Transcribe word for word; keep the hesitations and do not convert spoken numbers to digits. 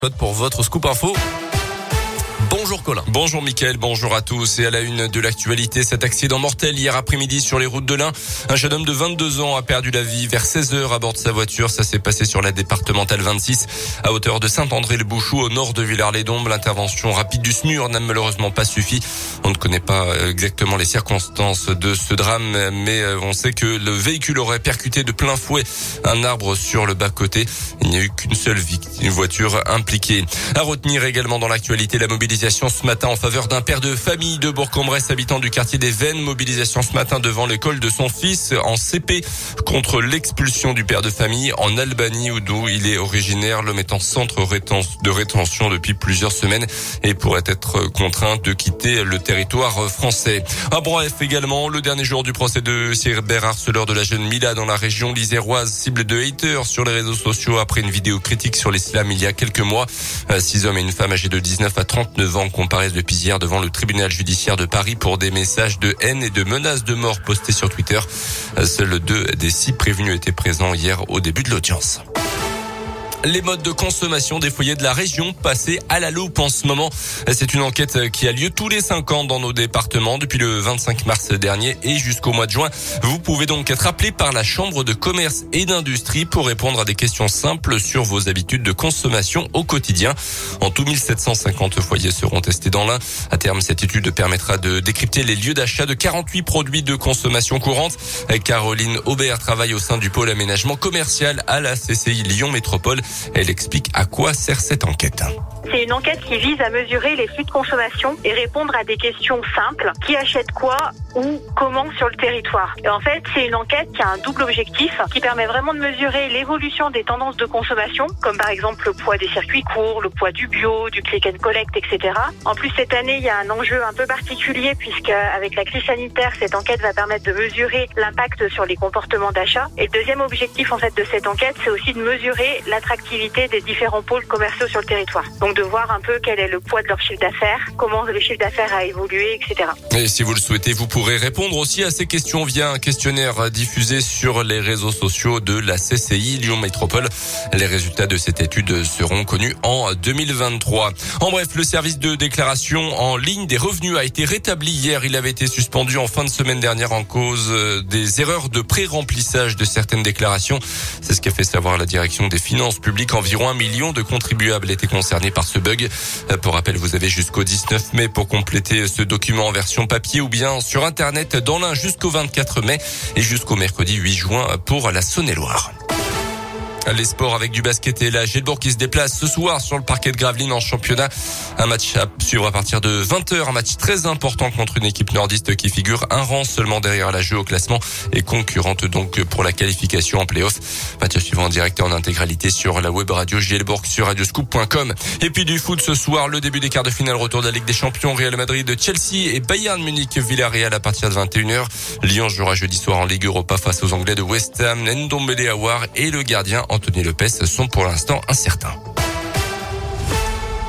Pour votre scoop info. Bonjour Colin. Bonjour Mickaël, bonjour à tous. Et à la une de l'actualité, cet accident mortel hier après-midi sur les routes de l'Ain. Un jeune homme de vingt-deux ans a perdu la vie vers seize heures à bord de sa voiture. Ça s'est passé sur la départementale vingt-six à hauteur de Saint-André-le-Bouchou au nord de Villars-les-Dombes. L'intervention rapide du S M U R n'a malheureusement pas suffi. On ne connaît pas exactement les circonstances de ce drame, mais on sait que le véhicule aurait percuté de plein fouet un arbre sur le bas-côté. Il n'y a eu qu'une seule voiture impliquée. À retenir également dans l'actualité, la mobilisation ce matin en faveur d'un père de famille de Bourg-en-Bresse, habitant du quartier des Vennes. Mobilisation ce matin devant l'école de son fils en C P contre l'expulsion du père de famille en Albanie, d'où il est originaire. L'homme est en centre de rétention depuis plusieurs semaines et pourrait être contraint de quitter le territoire français. À bref, également, le dernier jour du procès de cyberharceleur de la jeune Mila dans la région liséroise, cible de haters sur les réseaux sociaux après une vidéo critique sur l'islam il y a quelques mois. Six hommes et une femme âgés de dix-neuf à trente-neuf ans comparaissent depuis hier devant le tribunal judiciaire de Paris pour des messages de haine et de menaces de mort postés sur Twitter. Seuls deux des six prévenus étaient présents hier au début de l'audience. Les modes de consommation des foyers de la région passés à la loupe en ce moment. C'est une enquête qui a lieu tous les cinq ans dans nos départements depuis le vingt-cinq mars dernier et jusqu'au mois de juin. Vous pouvez donc être appelé par la Chambre de commerce et d'industrie pour répondre à des questions simples sur vos habitudes de consommation au quotidien. En tout, mille sept cent cinquante foyers seront testés dans l'Ain. À terme, cette étude permettra de décrypter les lieux d'achat de quarante-huit produits de consommation courante. Caroline Aubert travaille au sein du pôle aménagement commercial à la C C I Lyon Métropole. Elle explique à quoi sert cette enquête. C'est une enquête qui vise à mesurer les flux de consommation et répondre à des questions simples. Qui achète quoi, où, comment sur le territoire. Et en fait, c'est une enquête qui a un double objectif, qui permet vraiment de mesurer l'évolution des tendances de consommation, comme par exemple le poids des circuits courts, le poids du bio, du click and collect, et cetera. En plus, cette année, il y a un enjeu un peu particulier puisque avec la crise sanitaire, cette enquête va permettre de mesurer l'impact sur les comportements d'achat. Et le deuxième objectif en fait de cette enquête, c'est aussi de mesurer l'attractivité des différents pôles commerciaux sur le territoire. Donc de voir un peu quel est le poids de leur chiffre d'affaires, comment le chiffre d'affaires a évolué, et cetera. Et si vous le souhaitez, vous pourrez répondre aussi à ces questions via un questionnaire diffusé sur les réseaux sociaux de la C C I Lyon Métropole. Les résultats de cette étude seront connus en deux mille vingt-trois. En bref, le service de déclaration en ligne des revenus a été rétabli hier. Il avait été suspendu en fin de semaine dernière en cause des erreurs de pré-remplissage de certaines déclarations. C'est ce qu'a fait savoir la direction des finances publiques. Environ un million de contribuables étaient concernés par ce bug. Pour rappel, vous avez jusqu'au dix-neuf mai pour compléter ce document en version papier ou bien sur Internet dans l'Ain jusqu'au vingt-quatre mai et jusqu'au mercredi huit juin pour la Saône-et-Loire. Les sports avec du basket et la Gelbourg qui se déplace ce soir sur le parquet de Gravelines en championnat. Un match à suivre à partir de vingt heures. Un match très important contre une équipe nordiste qui figure un rang seulement derrière la Jeu au classement et concurrente donc pour la qualification en play-off. Match à suivre en direct et en intégralité sur la web radio Gelbourg sur radioscoop point com. Et puis du foot ce soir, le début des quarts de finale, retour de la Ligue des Champions. Real Madrid, Chelsea et Bayern Munich, Villarreal à partir de vingt et une heures. Lyon jouera jeudi soir en Ligue Europa face aux Anglais de West Ham. Ndombele Aouar et le gardien Anthony Lopez sont pour l'instant incertains.